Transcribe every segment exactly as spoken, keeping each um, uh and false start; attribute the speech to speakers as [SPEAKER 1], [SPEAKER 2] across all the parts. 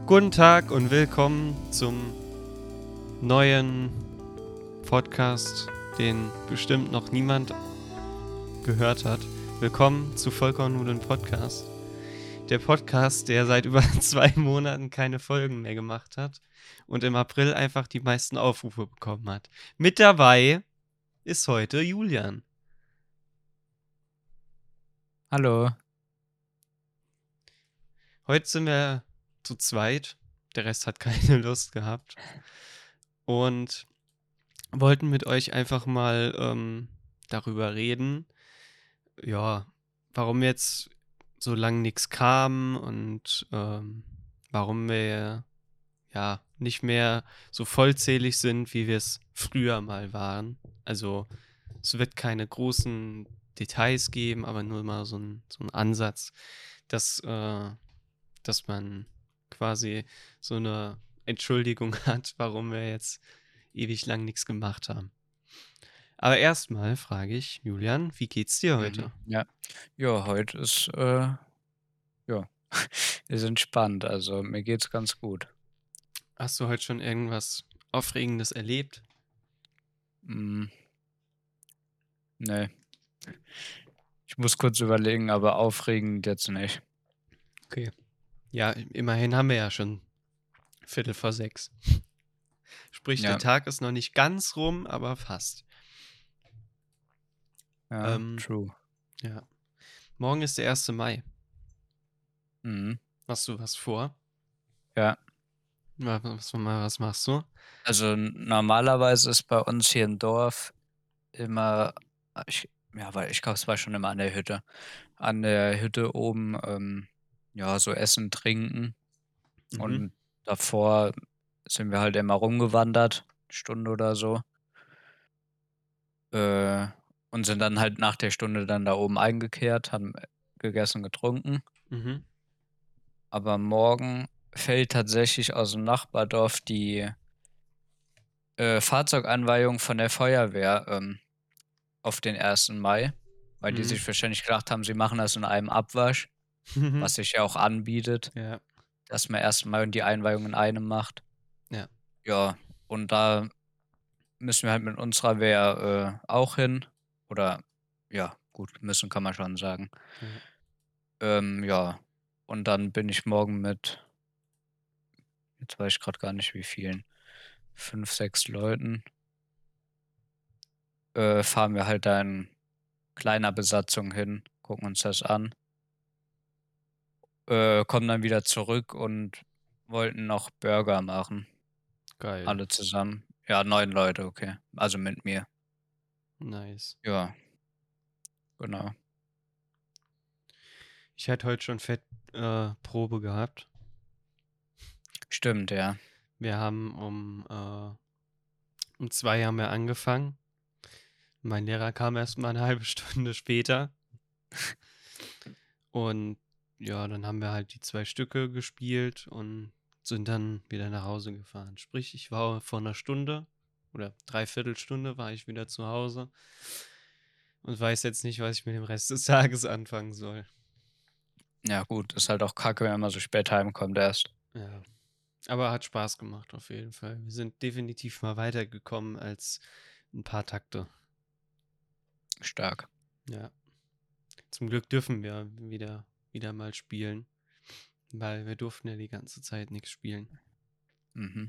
[SPEAKER 1] Guten Tag und willkommen zum neuen Podcast, den bestimmt noch niemand gehört hat. Willkommen zu Vollkornnudeln Podcast. Der Podcast, der seit über zwei Monaten keine Folgen mehr gemacht hat und im April einfach die meisten Aufrufe bekommen hat. Mit dabei ist heute Julian.
[SPEAKER 2] Hallo.
[SPEAKER 1] Heute sind wir zu zweit. Der Rest hat keine Lust gehabt. Und wollten mit euch einfach mal ähm, darüber reden, ja, warum jetzt so lange nichts kam und ähm, warum wir ja nicht mehr so vollzählig sind, wie wir es früher mal waren. Also es wird keine großen Details geben, aber nur mal so ein, so ein Ansatz, dass, äh, dass man quasi so eine Entschuldigung hat, warum wir jetzt ewig lang nichts gemacht haben. Aber erstmal frage ich, Julian, wie geht's dir heute?
[SPEAKER 2] Mhm. Ja. Ja, heute ist, äh, ja, ist entspannt. Also mir geht's ganz gut.
[SPEAKER 1] Hast du heute schon irgendwas Aufregendes erlebt?
[SPEAKER 2] Mm, nee. Ich muss kurz überlegen, aber aufregend jetzt nicht.
[SPEAKER 1] Okay. Ja, immerhin haben wir ja schon Viertel vor sechs. Sprich, der
[SPEAKER 2] Ja,
[SPEAKER 1] Tag ist noch nicht ganz rum, aber fast.
[SPEAKER 2] ja,
[SPEAKER 1] Ähm,
[SPEAKER 2] true.
[SPEAKER 1] ja. Morgen ist der erste Mai.
[SPEAKER 2] Mhm.
[SPEAKER 1] Hast du was vor?
[SPEAKER 2] Ja.
[SPEAKER 1] Was, was, was machst du?
[SPEAKER 2] Also n- normalerweise ist bei uns hier im Dorf immer, ich, ja, weil ich glaube, es war schon immer an der Hütte. An der Hütte oben, ähm, ja, so Essen, Trinken.
[SPEAKER 1] Mhm.
[SPEAKER 2] Und davor sind wir halt immer rumgewandert, Stunde oder so. Äh, und sind dann halt nach der Stunde dann da oben eingekehrt, haben gegessen, getrunken.
[SPEAKER 1] Mhm.
[SPEAKER 2] Aber morgen fällt tatsächlich aus dem Nachbardorf die äh, Fahrzeugeinweihung von der Feuerwehr ähm, auf den ersten Mai, weil die
[SPEAKER 1] Mhm.
[SPEAKER 2] sich wahrscheinlich gedacht haben, sie machen das in einem Abwasch, was sich ja auch anbietet,
[SPEAKER 1] Ja,
[SPEAKER 2] dass man ersten Mai und die Einweihung in einem macht.
[SPEAKER 1] ja.
[SPEAKER 2] Ja, und da müssen wir halt mit unserer Wehr äh, auch hin. Oder ja, gut, müssen kann man schon sagen.
[SPEAKER 1] Ja.
[SPEAKER 2] Ähm, ja, und dann bin ich morgen mit, jetzt weiß ich gerade gar nicht wie vielen, fünf, sechs Leuten, äh, fahren wir halt da in kleiner Besatzung hin, gucken uns das an, äh, kommen dann wieder zurück und wollten noch Burger machen,
[SPEAKER 1] Geil.
[SPEAKER 2] alle zusammen. Ja, neun Leute, okay, also mit mir.
[SPEAKER 1] Nice.
[SPEAKER 2] Ja, genau.
[SPEAKER 1] Ich hatte heute schon Fett äh, Probe gehabt.
[SPEAKER 2] Stimmt, ja.
[SPEAKER 1] Wir haben um, äh, um zwei haben wir angefangen. Mein Lehrer kam erst mal eine halbe Stunde später. Und ja, dann haben wir halt die zwei Stücke gespielt und sind dann wieder nach Hause gefahren. Sprich, ich war vor einer Stunde oder dreiviertel Stunde war ich wieder zu Hause und weiß jetzt nicht, was ich mit dem Rest des Tages anfangen soll.
[SPEAKER 2] Ja, gut, ist halt auch kacke, wenn man so spät heimkommt erst.
[SPEAKER 1] Ja. Aber hat Spaß gemacht auf jeden Fall. Wir sind definitiv mal weitergekommen als ein paar Takte.
[SPEAKER 2] Stark.
[SPEAKER 1] Ja. Zum Glück dürfen wir wieder, wieder mal spielen, weil wir durften ja die ganze Zeit nichts spielen.
[SPEAKER 2] Mhm.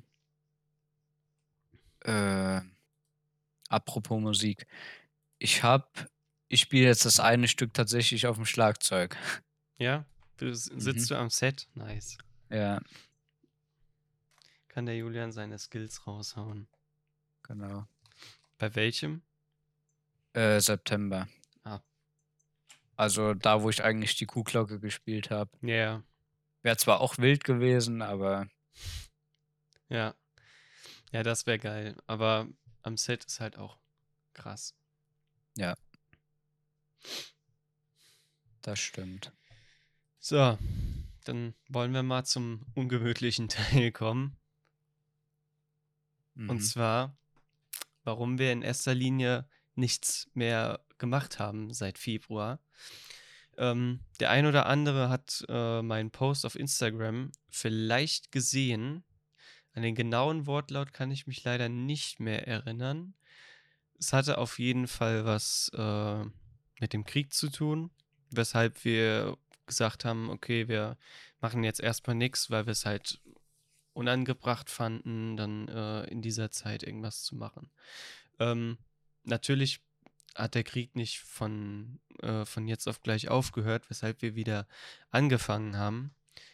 [SPEAKER 2] Äh, apropos Musik. Ich hab, ich spiele jetzt das eine Stück tatsächlich auf dem Schlagzeug.
[SPEAKER 1] Ja? Du, sitzt
[SPEAKER 2] Mhm.
[SPEAKER 1] du am Set? Nice.
[SPEAKER 2] Ja,
[SPEAKER 1] Kann der Julian seine Skills raushauen.
[SPEAKER 2] genau.
[SPEAKER 1] Bei welchem?
[SPEAKER 2] Äh, September.
[SPEAKER 1] Ah,
[SPEAKER 2] Also da, wo ich eigentlich die Kuhglocke gespielt habe.
[SPEAKER 1] ja,
[SPEAKER 2] Wäre zwar auch wild gewesen, aber
[SPEAKER 1] ja. Ja, das wäre geil. Aber am Set ist halt auch krass.
[SPEAKER 2] ja, das stimmt.
[SPEAKER 1] So, dann wollen wir mal zum ungemütlichen Teil kommen. Und
[SPEAKER 2] Mhm.
[SPEAKER 1] zwar, warum wir in erster Linie nichts mehr gemacht haben seit Februar. Ähm, der ein oder andere hat äh, meinen Post auf Instagram vielleicht gesehen. An den genauen Wortlaut kann ich mich leider nicht mehr erinnern. Es hatte auf jeden Fall was äh, mit dem Krieg zu tun, weshalb wir gesagt haben, okay, wir machen jetzt erstmal nichts, weil wir es halt unangebracht fanden, dann äh, in dieser Zeit irgendwas zu machen. Ähm, natürlich hat der Krieg nicht von, äh, von jetzt auf gleich aufgehört, weshalb wir wieder angefangen haben.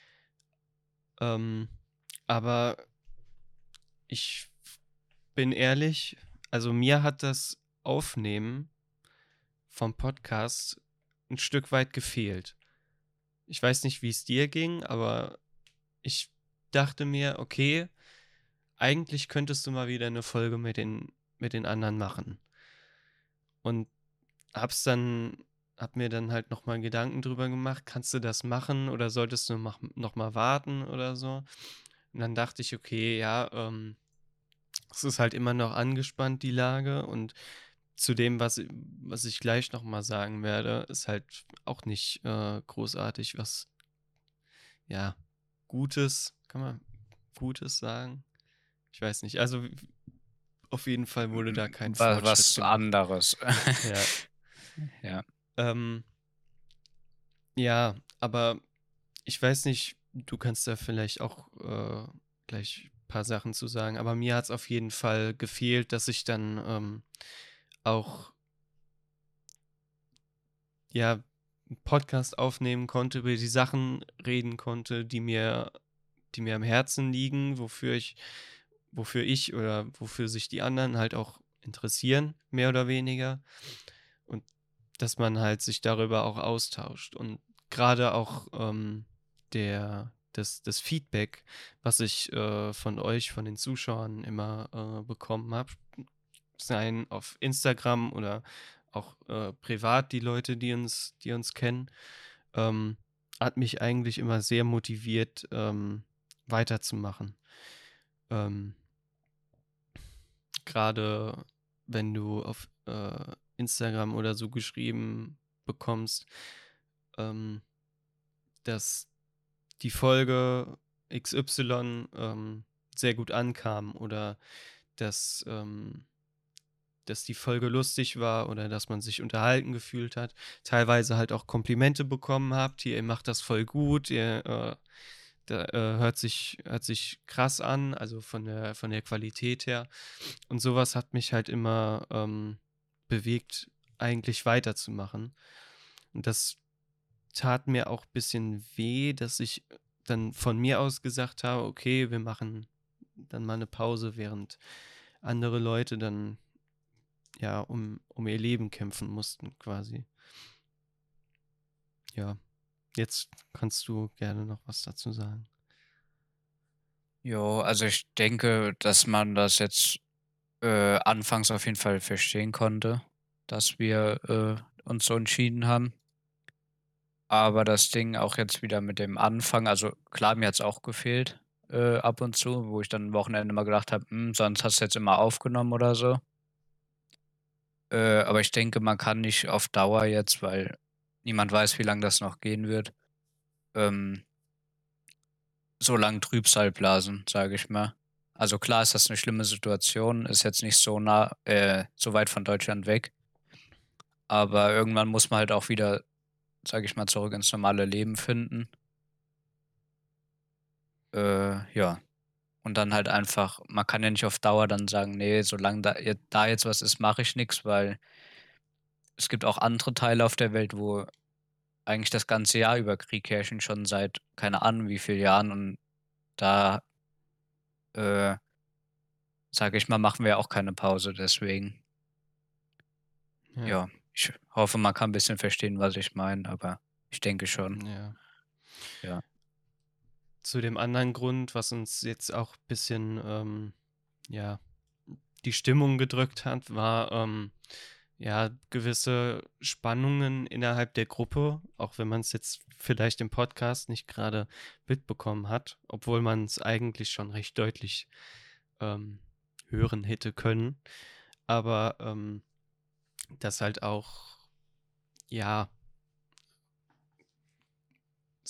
[SPEAKER 1] Ähm, aber ich bin ehrlich, also mir hat das Aufnehmen vom Podcast ein Stück weit gefehlt. Ich weiß nicht, wie es dir ging, aber ich dachte mir, okay, eigentlich könntest du mal wieder eine Folge mit den, mit den anderen machen. Und hab's dann, hab mir dann halt nochmal Gedanken drüber gemacht, kannst du das machen oder solltest du noch, noch mal warten oder so? Und dann dachte ich, okay, ja, ähm, es ist halt immer noch angespannt, die Lage. Und zu dem, was, was ich gleich nochmal sagen werde, ist halt auch nicht äh, großartig was, ja, Gutes, kann man Gutes sagen? Ich weiß nicht. Also auf jeden Fall wurde da kein
[SPEAKER 2] Was,
[SPEAKER 1] Fortschritt
[SPEAKER 2] was
[SPEAKER 1] gemacht.
[SPEAKER 2] anderes.
[SPEAKER 1] Ja.
[SPEAKER 2] Ja.
[SPEAKER 1] Ähm, ja, aber ich weiß nicht, du kannst da vielleicht auch äh, gleich ein paar Sachen zu sagen, aber mir hat es auf jeden Fall gefehlt, dass ich dann ähm, auch ja einen Podcast aufnehmen konnte, über die Sachen reden konnte, die mir, die mir am Herzen liegen, wofür ich, wofür ich oder wofür sich die anderen halt auch interessieren, mehr oder weniger. Und dass man halt sich darüber auch austauscht. Und gerade auch ähm, der, das, das Feedback, was ich äh, von euch, von den Zuschauern immer äh, bekommen habe, seien auf Instagram oder auch äh, privat die Leute, die uns, die uns kennen, ähm, hat mich eigentlich immer sehr motiviert, ähm, weiterzumachen. Ähm, Gerade wenn du auf äh, Instagram oder so geschrieben bekommst, ähm, dass die Folge X Y ähm, sehr gut ankam oder dass, ähm, dass die Folge lustig war oder dass man sich unterhalten gefühlt hat. Teilweise halt auch Komplimente bekommen habt, hier, ihr macht das voll gut, ihr äh, da, äh, hört sich, hört sich krass an, also von der, von der Qualität her. Und sowas hat mich halt immer ähm, bewegt, eigentlich weiterzumachen. Und das tat mir auch ein bisschen weh, dass ich dann von mir aus gesagt habe, okay, wir machen dann mal eine Pause, während andere Leute dann ja um, um ihr Leben kämpfen mussten, quasi. Ja, jetzt kannst du gerne noch was dazu sagen.
[SPEAKER 2] Jo, also ich denke, dass man das jetzt äh, anfangs auf jeden Fall verstehen konnte, dass wir äh, uns so entschieden haben. Aber das Ding auch jetzt wieder mit dem Anfang, also klar, mir hat's auch gefehlt äh, ab und zu, wo ich dann am Wochenende mal gedacht habe: „Hm, sonst hast du jetzt immer aufgenommen oder so.“ Äh, aber ich denke, man kann nicht auf Dauer jetzt, weil niemand weiß, wie lange das noch gehen wird, ähm, so lang Trübsal blasen, sage ich mal. Also klar ist das eine schlimme Situation, ist jetzt nicht so nah äh, so weit von Deutschland weg, aber irgendwann muss man halt auch wieder, sage ich mal, zurück ins normale Leben finden. Äh, ja. Und dann halt einfach, man kann ja nicht auf Dauer dann sagen: „Nee, solange da jet da jetzt was ist, mache ich nix“, weil es gibt auch andere Teile auf der Welt, wo eigentlich das ganze Jahr über Krieg herrschen, schon seit keine Ahnung wie viel Jahren, und da, äh, sage ich mal, machen wir auch keine Pause, deswegen.
[SPEAKER 1] Ja,
[SPEAKER 2] Ja, ich hoffe, man kann 'n bisschen verstehen, was ich meine, aber ich denke schon,
[SPEAKER 1] ja.
[SPEAKER 2] ja.
[SPEAKER 1] Zu dem anderen Grund, was uns jetzt auch ein bisschen, ähm, ja, die Stimmung gedrückt hat, war, ähm, ja, gewisse Spannungen innerhalb der Gruppe, auch wenn man es jetzt vielleicht im Podcast nicht gerade mitbekommen hat, obwohl man es eigentlich schon recht deutlich ähm, hören hätte können. Aber ähm, dass halt auch, ja,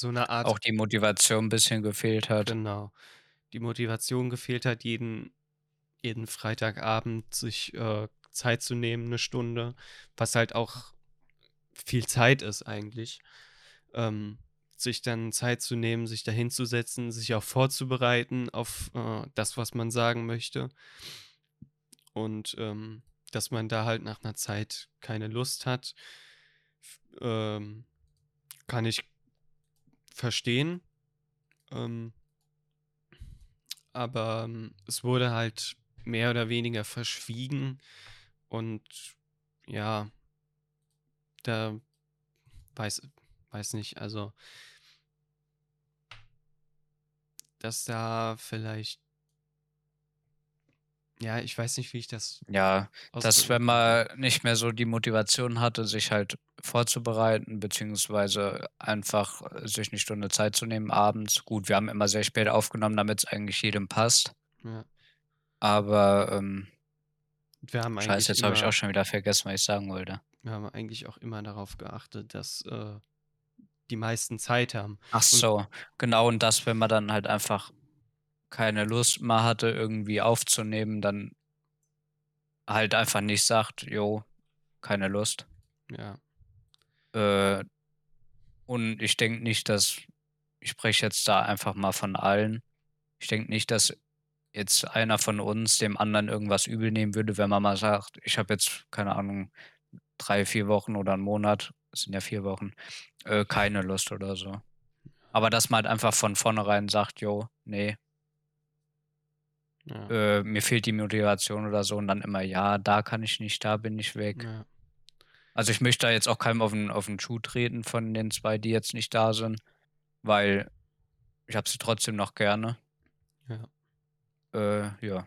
[SPEAKER 1] so eine Art,
[SPEAKER 2] Auch die Motivation 'n bisschen gefehlt hat.
[SPEAKER 1] genau, die Motivation gefehlt hat, jeden jeden Freitagabend sich, äh, Zeit zu nehmen, eine Stunde, was halt auch viel Zeit ist eigentlich, ähm, sich dann Zeit zu nehmen, sich da hinzusetzen, sich auch vorzubereiten auf, äh, das, was man sagen möchte. Und, ähm, dass man da halt nach einer Zeit keine Lust hat, f ähm, kann ich verstehen. Ähm, aber, ähm, es wurde halt mehr oder weniger verschwiegen und ja, da weiß weiß nicht, also, dass da vielleicht, ja, ich weiß nicht, wie ich das
[SPEAKER 2] Ja, dass,
[SPEAKER 1] ausdrücken
[SPEAKER 2] wenn
[SPEAKER 1] könnte.
[SPEAKER 2] man nicht mehr so die Motivation hatte, sich halt vorzubereiten, beziehungsweise einfach, äh, sich 'ne Stunde Zeit zu nehmen abends. Gut, wir haben immer sehr spät aufgenommen, damit's eigentlich jedem passt.
[SPEAKER 1] Ja.
[SPEAKER 2] Aber, ähm
[SPEAKER 1] Wir haben
[SPEAKER 2] Scheiße,
[SPEAKER 1] eigentlich
[SPEAKER 2] jetzt habe ich auch
[SPEAKER 1] immer
[SPEAKER 2] schon wieder vergessen, was ich sagen wollte.
[SPEAKER 1] wir haben eigentlich auch immer darauf geachtet, dass, äh, die meisten Zeit haben.
[SPEAKER 2] Ach
[SPEAKER 1] Und
[SPEAKER 2] so, genau, und das, wenn man dann halt einfach keine Lust mehr hatte, irgendwie aufzunehmen, dann halt einfach nicht sagt: „Jo, keine Lust."
[SPEAKER 1] ja,
[SPEAKER 2] Äh, und ich denke nicht, dass ich spreche jetzt da einfach mal von allen. Ich denke nicht, dass jetzt einer von uns dem anderen irgendwas übel nehmen würde, wenn man mal sagt: „Ich habe jetzt, keine Ahnung, drei, vier Wochen oder einen Monat", es sind ja vier Wochen, äh, keine Lust oder so. Aber dass man halt einfach von vornherein sagt: „Jo, ne,
[SPEAKER 1] ja,
[SPEAKER 2] äh, mir fehlt die Motivation" oder so und dann immer: „Ja, da kann ich nicht, da bin ich weg."
[SPEAKER 1] ja,
[SPEAKER 2] Also, ich möchte da jetzt auch keinem auf 'n auf 'n Schuh treten von den zwei, die jetzt nicht da sind, weil ich habe sie trotzdem noch gerne.
[SPEAKER 1] ja.
[SPEAKER 2] Äh, ja.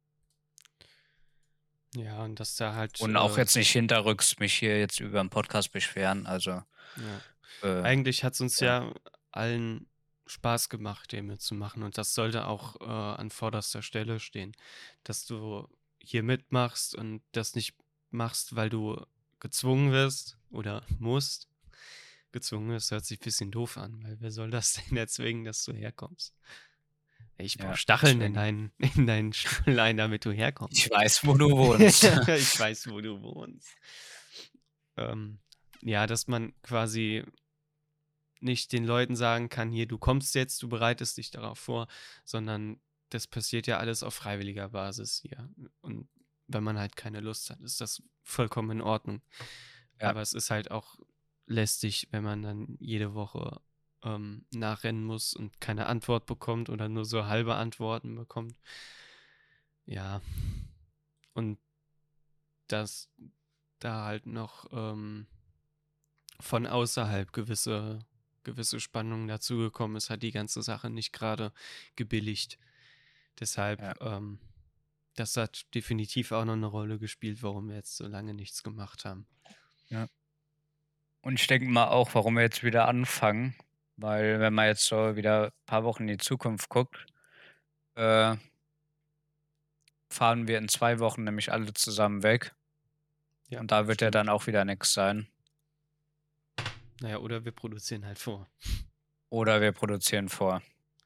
[SPEAKER 1] Ja, und dass da halt,
[SPEAKER 2] Und auch
[SPEAKER 1] äh
[SPEAKER 2] jetzt nicht hinterrücks mich hier jetzt über 'n Podcast beschweren, also,
[SPEAKER 1] ja.
[SPEAKER 2] äh,
[SPEAKER 1] Eigentlich hat's uns
[SPEAKER 2] ja.
[SPEAKER 1] ja allen Spaß gemacht, den mitzumachen und das sollte auch, äh, an vorderster Stelle stehen, dass du hier mitmachst und das nicht machst, weil du gezwungen wirst oder musst. Gezwungen ist, hört sich ein bisschen doof an, weil wer soll das denn erzwingen, dass du herkommst? Ich baue
[SPEAKER 2] Ja,
[SPEAKER 1] Stacheln in
[SPEAKER 2] deswegen.
[SPEAKER 1] deinen in deinen Stuhl ein, damit du herkommst.
[SPEAKER 2] Ich weiß, wo du wohnst.
[SPEAKER 1] Ich weiß, wo du wohnst. Ähm, ja, dass man quasi nicht den Leuten sagen kann: „Hier, du kommst jetzt, du bereitest dich darauf vor", sondern das passiert ja alles auf freiwilliger Basis hier. Und wenn man halt keine Lust hat, ist das vollkommen in Ordnung.
[SPEAKER 2] Ja,
[SPEAKER 1] Aber es ist halt auch lästig, wenn man dann jede Woche, ähm, nachrennen muss und keine Antwort bekommt oder nur so halbe Antworten bekommt. Ja, und dass da halt noch, ähm, von außerhalb gewisse gewisse Spannung dazugekommen ist, hat die ganze Sache nicht gerade gebilligt. Deshalb,
[SPEAKER 2] ja,
[SPEAKER 1] ähm das hat definitiv auch noch eine Rolle gespielt, warum wir jetzt so lange nichts gemacht haben.
[SPEAKER 2] ja. Und ich denke mal auch, warum wir jetzt wieder anfangen, weil wenn man jetzt so wieder paar Wochen in die Zukunft guckt, äh, fahren wir in zwei Wochen nämlich alle zusammen weg
[SPEAKER 1] Ja,
[SPEAKER 2] und da wird ja dann
[SPEAKER 1] stimmt.
[SPEAKER 2] auch wieder nix sein.
[SPEAKER 1] Na ja, oder wir produzieren halt vor.
[SPEAKER 2] Oder wir produzieren vor.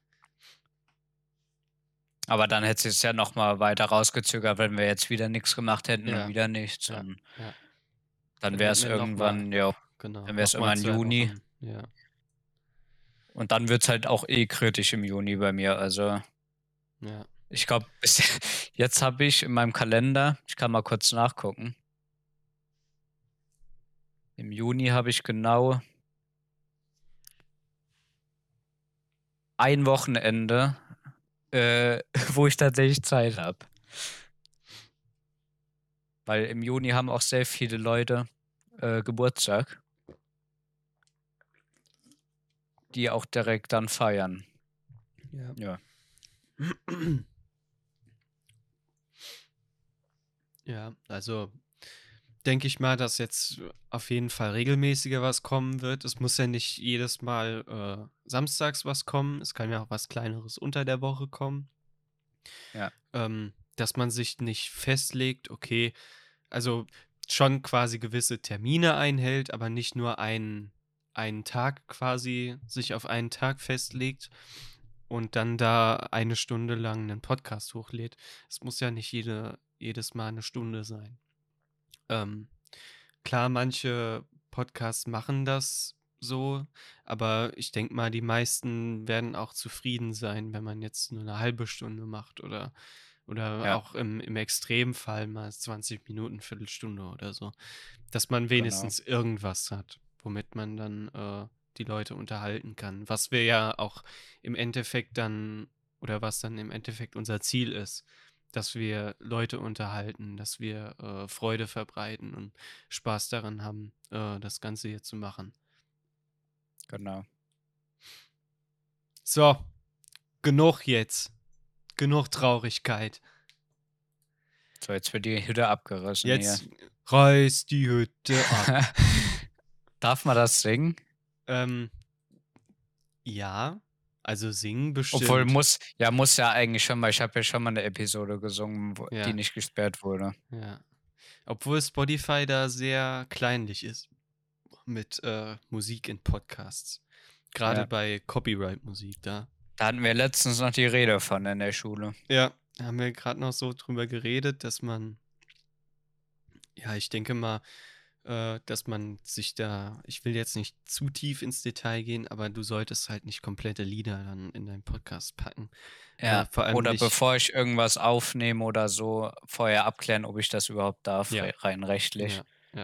[SPEAKER 2] Aber dann hätte sich's ja noch mal weiter rausgezögert, wenn wir jetzt wieder nix gemacht hätten und
[SPEAKER 1] Ja,
[SPEAKER 2] wieder nichts
[SPEAKER 1] ja,
[SPEAKER 2] und
[SPEAKER 1] ja.
[SPEAKER 2] dann
[SPEAKER 1] Dann
[SPEAKER 2] wäre
[SPEAKER 1] hätten
[SPEAKER 2] es
[SPEAKER 1] wir noch mal
[SPEAKER 2] irgendwann, ja,
[SPEAKER 1] genau,
[SPEAKER 2] dann wäre es
[SPEAKER 1] noch mal
[SPEAKER 2] irgendwann
[SPEAKER 1] zwei
[SPEAKER 2] Juni
[SPEAKER 1] Wochen. Ja,
[SPEAKER 2] und dann wird's halt auch eh kritisch im Juni bei mir. Also,
[SPEAKER 1] ja,
[SPEAKER 2] ich glaube, bis jetzt habe ich in meinem Kalender, ich kann mal kurz nachgucken. Im Juni habe ich genau ein Wochenende, äh, wo ich tatsächlich Zeit habe. Weil im Juni haben auch sehr viele Leute, äh, Geburtstag, die auch direkt dann feiern.
[SPEAKER 1] ja.
[SPEAKER 2] Ja,
[SPEAKER 1] Ja, also denke ich mal, dass jetzt auf jeden Fall regelmäßiger was kommen wird. Es muss ja nicht jedes Mal, äh, samstags was kommen. Es kann ja auch was Kleineres unter der Woche kommen.
[SPEAKER 2] ja,
[SPEAKER 1] Ähm, dass man sich nicht festlegt, okay, also schon quasi gewisse Termine einhält, aber nicht nur einen einen Tag quasi sich auf einen Tag festlegt und dann da eine Stunde lang einen Podcast hochlädt. Es muss ja nicht jede, jedes Mal eine Stunde sein. Ähm, klar, manche Podcasts machen das so, aber ich denke mal, die meisten werden auch zufrieden sein, wenn man jetzt nur eine halbe Stunde macht oder, oder
[SPEAKER 2] Ja,
[SPEAKER 1] auch im, im Extremfall mal zwanzig Minuten, Viertelstunde oder so. Dass man
[SPEAKER 2] genau.
[SPEAKER 1] wenigstens irgendwas hat, womit man dann äh, die Leute unterhalten kann. Was wir ja auch im Endeffekt dann, oder was dann im Endeffekt unser Ziel ist, dass wir Leute unterhalten, dass wir äh, Freude verbreiten und Spaß daran haben, äh, das Ganze hier zu machen.
[SPEAKER 2] Genau.
[SPEAKER 1] So, genug jetzt. Genug Traurigkeit.
[SPEAKER 2] So, jetzt wird die Hütte abgerissen hier.
[SPEAKER 1] Jetzt reiß die Hütte ab.
[SPEAKER 2] Darf man das singen?
[SPEAKER 1] ähm, ja, also singen
[SPEAKER 2] Obwohl
[SPEAKER 1] bestimmt.
[SPEAKER 2] muss, ja, muss ja eigentlich schon, weil ich habe ja schon mal eine Episode gesungen, wo, die
[SPEAKER 1] Ja,
[SPEAKER 2] nicht gesperrt wurde.
[SPEAKER 1] ja. Obwohl Spotify da sehr kleinlich ist mit äh, Musik in Podcasts. Gerade
[SPEAKER 2] Ja.
[SPEAKER 1] bei Copyright-Musik da.
[SPEAKER 2] Da hatten wir letztens noch die Rede von in der Schule.
[SPEAKER 1] Ja, haben wir gerade noch so drüber geredet, dass man, ja, ich denke mal, äh, dass man sich da, ich will jetzt nicht zu tief ins Detail gehen, aber du solltest halt nicht komplette Lieder dann in deinen Podcast packen. Äh,
[SPEAKER 2] Ja,
[SPEAKER 1] vor allem
[SPEAKER 2] oder
[SPEAKER 1] nicht,
[SPEAKER 2] bevor ich irgendwas aufnehme oder so, vorher abklären, ob ich das überhaupt darf,
[SPEAKER 1] ja,
[SPEAKER 2] re- rein rechtlich.
[SPEAKER 1] ja, ja,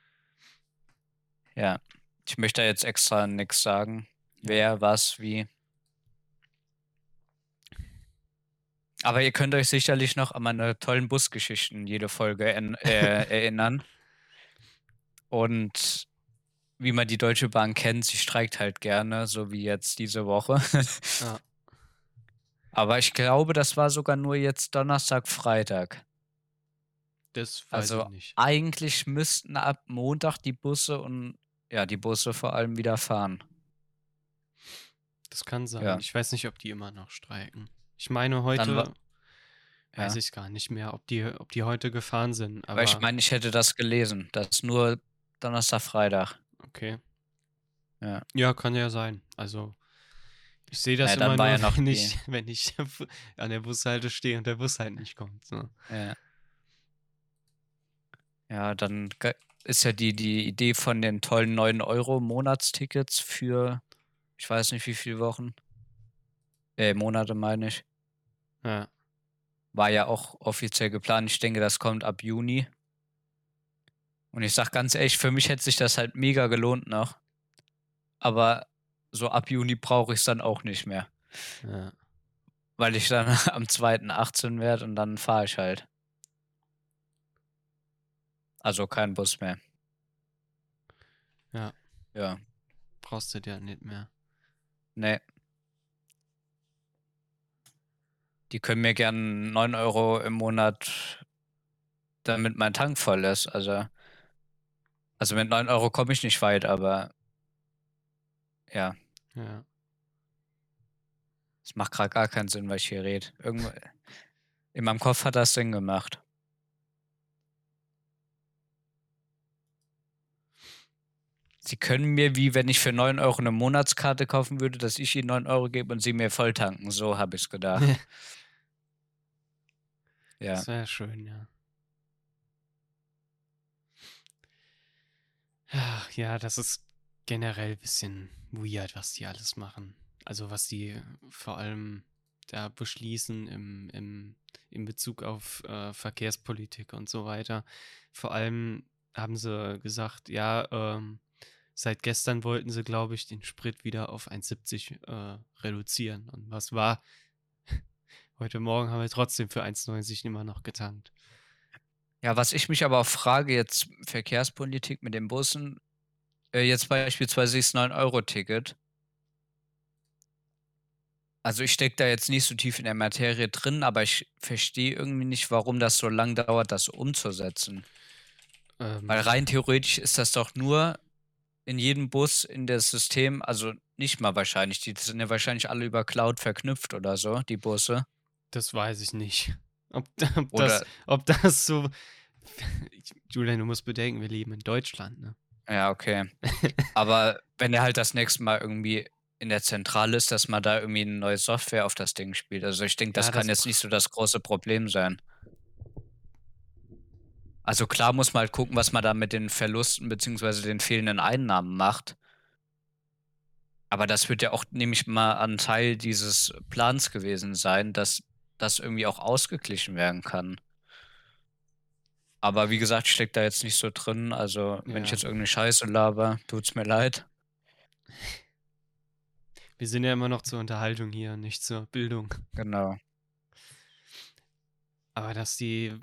[SPEAKER 2] Ja, ich möchte da jetzt extra nichts sagen.
[SPEAKER 1] ja.
[SPEAKER 2] Wer, was, wie. Aber ihr könnt euch sicherlich noch an meine tollen Busgeschichten jede Folge en- äh, erinnern. Und wie man die Deutsche Bahn kennt, sie streikt halt gerne, so wie jetzt diese Woche.
[SPEAKER 1] Ja,
[SPEAKER 2] Aber ich glaube, das war sogar nur jetzt Donnerstag, Freitag.
[SPEAKER 1] das weiß
[SPEAKER 2] Also
[SPEAKER 1] ich nicht.
[SPEAKER 2] eigentlich müssten ab Montag die Busse und ja, die Busse vor allem wieder fahren.
[SPEAKER 1] Das kann sein.
[SPEAKER 2] Ja,
[SPEAKER 1] Ich weiß nicht, ob die immer noch streiken. Ich meine,
[SPEAKER 2] dann war,
[SPEAKER 1] heute weiß
[SPEAKER 2] ja.
[SPEAKER 1] ich gar nicht mehr, ob die, ob die heute gefahren sind,
[SPEAKER 2] Weil ich
[SPEAKER 1] aber
[SPEAKER 2] meine, ich hätte das gelesen. Das ist nur Donnerstag, Freitag.
[SPEAKER 1] okay.
[SPEAKER 2] Ja.
[SPEAKER 1] Ja, kann ja sein. Also, ich sehe das
[SPEAKER 2] Ja,
[SPEAKER 1] immer
[SPEAKER 2] dann war
[SPEAKER 1] nur,
[SPEAKER 2] ja noch
[SPEAKER 1] wenn
[SPEAKER 2] die.
[SPEAKER 1] ich, wenn ich an der Bushalte stehe und der Bus halt nicht kommt. So.
[SPEAKER 2] Ja, ja dann ge- ist ja die, die Idee von den tollen neun Euro Monatstickets für, ich weiß nicht wie viele Wochen, äh, Monate meine ich,
[SPEAKER 1] Ja,
[SPEAKER 2] war ja auch offiziell geplant. Ich denke, das kommt ab Juni. Und ich sag ganz ehrlich, für mich hätte sich das halt mega gelohnt noch. Aber so ab Juni brauche ich es dann auch nicht mehr.
[SPEAKER 1] ja,
[SPEAKER 2] Weil ich dann am zweiten achtzehn werde und dann fahre ich halt. Also kein Bus mehr.
[SPEAKER 1] ja.
[SPEAKER 2] Ja,
[SPEAKER 1] Brauchst du ja nicht mehr.
[SPEAKER 2] nee. Die können mir gern neun Euro im Monat, damit mein Tank voll ist. Also, also mit neun Euro komme ich nicht weit, aber ja,
[SPEAKER 1] Ja.
[SPEAKER 2] es macht gerade gar keinen Sinn, was ich hier rede. Irgendwo in meinem Kopf hat das Sinn gemacht. Sie können mir, wie wenn ich für neun Euro eine Monatskarte kaufen würde, dass ich ihnen neun Euro gebe und sie mir voll tanken. So habe ich es gedacht. Ja,
[SPEAKER 1] Das wäre schön, ja. Ach, ja, das ist generell ein bisschen weird, was die alles machen. Also was die vor allem da beschließen im, im, in Bezug auf äh, Verkehrspolitik und so weiter. Vor allem haben sie gesagt, ja, ähm, seit gestern wollten sie, glaube ich, den Sprit wieder auf eins siebzig äh, reduzieren. Und was war? Heute Morgen haben wir trotzdem für eins neunzig immer noch getankt.
[SPEAKER 2] ja, was ich mich aber auch frage, jetzt Verkehrspolitik mit den Bussen, äh, jetzt beispielsweise das neun Euro Ticket. Also ich stecke da jetzt nicht so tief in der Materie drin, aber ich verstehe irgendwie nicht, warum das so lang dauert, das umzusetzen.
[SPEAKER 1] Ähm,
[SPEAKER 2] Weil rein theoretisch ist das doch nur in jedem Bus in das System, also nicht mal wahrscheinlich, die sind ja wahrscheinlich alle über Cloud verknüpft oder so, die Busse.
[SPEAKER 1] Das weiß ich nicht. Ob, ob, das,
[SPEAKER 2] Oder,
[SPEAKER 1] ob das so. Julian, du musst bedenken, wir leben in Deutschland, ne?
[SPEAKER 2] Ja, okay. Aber wenn er halt das nächste Mal irgendwie in der Zentrale ist, dass man da irgendwie 'ne neue Software auf das Ding spielt. Also, ich denke, das
[SPEAKER 1] Ja,
[SPEAKER 2] kann
[SPEAKER 1] das
[SPEAKER 2] jetzt nicht
[SPEAKER 1] pr
[SPEAKER 2] so das große Problem sein. Also, klar muss man halt gucken, was man da mit den Verlusten beziehungsweise den fehlenden Einnahmen macht. Aber das wird ja auch, nehme ich mal an, Teil dieses Plans gewesen sein, dass das irgendwie auch ausgeglichen werden kann. Aber wie gesagt, ich stecke da jetzt nicht so drin. Also, wenn ich
[SPEAKER 1] ja.
[SPEAKER 2] jetzt irgend 'ne Scheiße laber, tut's mir leid.
[SPEAKER 1] Wir sind ja immer noch zur Unterhaltung hier, nicht zur Bildung.
[SPEAKER 2] Genau.
[SPEAKER 1] Aber dass die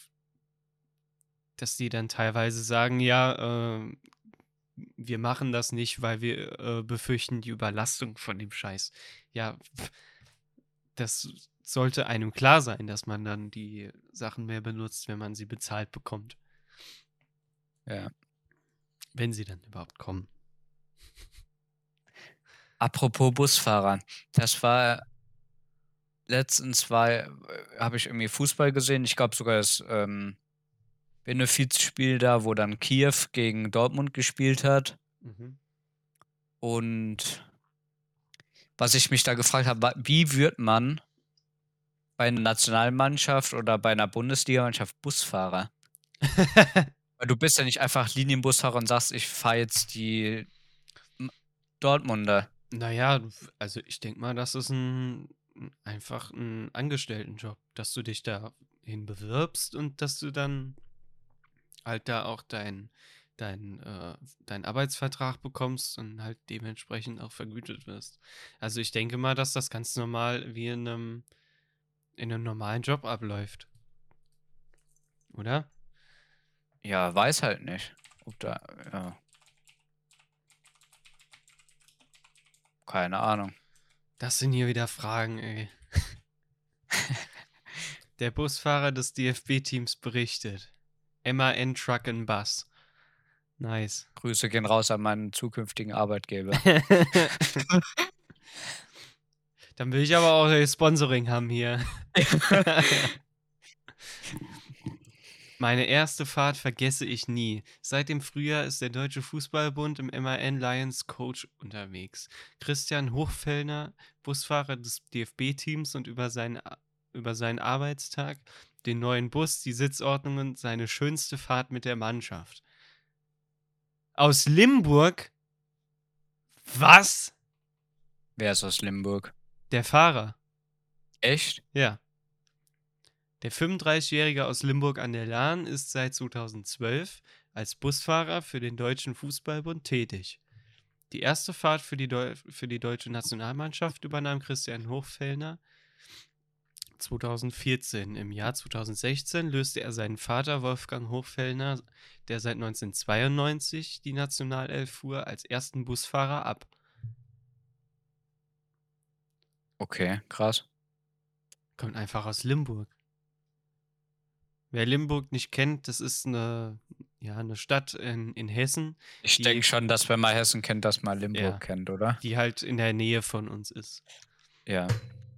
[SPEAKER 1] dass die dann teilweise sagen: „Ja, ähm, wir machen das nicht, weil wir, äh, befürchten die Überlastung von dem Scheiß." Ja, das sollte einem klar sein, dass man dann die Sachen mehr benutzt, wenn man sie bezahlt bekommt.
[SPEAKER 2] Ja.
[SPEAKER 1] Wenn sie dann überhaupt kommen.
[SPEAKER 2] Apropos Busfahrer, das war letztens war äh, habe ich irgendwie Fußball gesehen. Ich glaube sogar das, ähm, Benefizspiel da, wo dann Kiew gegen Dortmund gespielt hat.
[SPEAKER 1] Mhm.
[SPEAKER 2] Und was ich mich da gefragt habe, wa wie wird man bei 'ner Nationalmannschaft oder bei 'ner Bundesligamannschaft Busfahrer? Weil du bist ja nicht einfach Linienbusfahrer und sagst: „Ich fahre jetzt die M Dortmunder."
[SPEAKER 1] Na ja, f also, ich denke mal, das ist 'n 'n einfach 'n Angestelltenjob, dass du dich dahin bewirbst und dass du dann halt da auch deinen deinen, äh deinen Arbeitsvertrag bekommst und halt dementsprechend auch vergütet wirst. Also, ich denke mal, dass das ganz normal wie in 'nem in 'nem normalen Job abläuft. Oder?
[SPEAKER 2] Ja, weiß halt nicht, ob da ja. Keine Ahnung.
[SPEAKER 1] Das sind hier wieder Fragen, ey. Der Busfahrer des D F B-Teams berichtet: „M A N Truck and Bus." Nice.
[SPEAKER 2] Grüße gehen raus an meinen zukünftigen Arbeitgeber.
[SPEAKER 1] Dann will ich aber auch, äh, Sponsoring haben hier. Meine erste Fahrt vergesse ich nie. Seit dem Frühjahr ist der Deutsche Fußballbund im M A N Lions Coach unterwegs. Christian Hochfellner, Busfahrer des D F B-Teams und über seinen, A- über seinen Arbeitstag, den neuen Bus, die Sitzordnungen, seine schönste Fahrt mit der Mannschaft. Aus Limburg? Was?
[SPEAKER 2] Wer ist aus Limburg?
[SPEAKER 1] Der Fahrer.
[SPEAKER 2] Echt?
[SPEAKER 1] Ja. Der fünfunddreißigjährige aus Limburg an der Lahn ist seit zweitausendzwölf als Busfahrer für den Deutschen Fußballbund tätig. Die erste Fahrt für die, Deu für die deutsche Nationalmannschaft übernahm Christian Hochfellner zweitausendvierzehn. Im Jahr zweitausendsechzehn löste er seinen Vater Wolfgang Hochfellner, der seit neunzehnhundertzweiundneunzig die Nationalelf fuhr, als ersten Busfahrer ab.
[SPEAKER 2] Okay, krass.
[SPEAKER 1] Kommt einfach aus Limburg. Wer Limburg nicht kennt, das ist eine, ja, eine Stadt in, in Hessen,
[SPEAKER 2] Ich denke
[SPEAKER 1] die,
[SPEAKER 2] schon, dass wenn man Hessen kennt, dass man Limburg
[SPEAKER 1] ja,
[SPEAKER 2] kennt, oder?
[SPEAKER 1] die halt in der Nähe von uns ist.
[SPEAKER 2] Ja.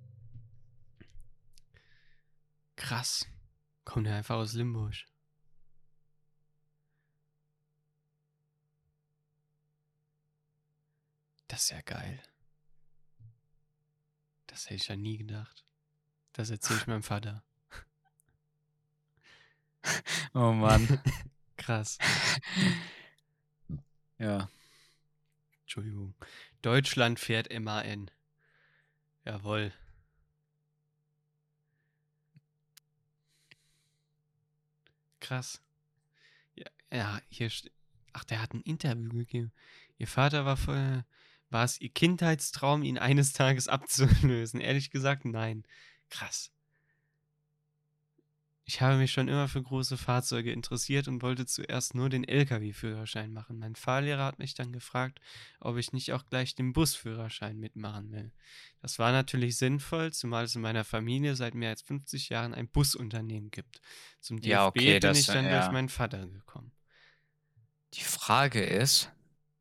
[SPEAKER 1] Krass. Kommt ja einfach aus Limburg. Das ist ja geil. Das hätte ich ja nie gedacht. Das erzähle ich meinem Vater.
[SPEAKER 2] Oh Mann.
[SPEAKER 1] Krass.
[SPEAKER 2] Ja.
[SPEAKER 1] Entschuldigung. Deutschland fährt M A N. Jawohl. Krass. Ja, ja hier steht. Ach, der hat ein Interview gegeben. Ihr Vater war voll. War es ihr Kindheitstraum, ihn eines Tages abzulösen? Ehrlich gesagt, nein. Krass. Ich habe mich schon immer für große Fahrzeuge interessiert und wollte zuerst nur den L K W-Führerschein machen. Mein Fahrlehrer hat mich dann gefragt, ob ich nicht auch gleich den Busführerschein mitmachen will. Das war natürlich sinnvoll, zumal es in meiner Familie seit mehr als fünfzig Jahren ein Busunternehmen gibt. Zum
[SPEAKER 2] Ja,
[SPEAKER 1] D F B
[SPEAKER 2] okay,
[SPEAKER 1] bin
[SPEAKER 2] das
[SPEAKER 1] ich dann durch
[SPEAKER 2] ja.
[SPEAKER 1] meinen Vater gekommen.
[SPEAKER 2] Die Frage ist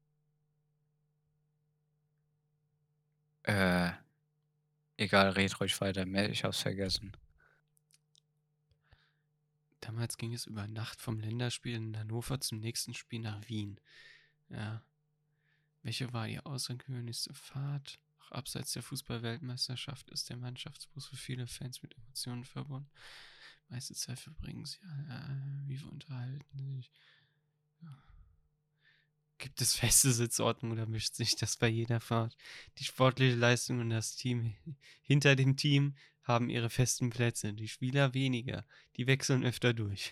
[SPEAKER 2] äh, egal, red ruhig weiter. Me ich hab's vergessen.
[SPEAKER 1] Damals ging es über Nacht vom Länderspiel in Hannover zum nächsten Spiel nach Wien. Ja. Welche war die außergewöhnlichste Fahrt? Auch abseits der Fußball-Weltmeisterschaft ist der Mannschaftsbus für viele Fans mit Emotionen verbunden. Meiste Zeit verbringen sie, äh, wie wir unterhalten sich. Ja. Gibt es feste Sitzordnung oder mischt sich das bei jeder Fahrt? Die sportliche Leistung und das Team hinter dem Team haben ihre festen Plätze. Die Spieler weniger. Die wechseln öfter durch.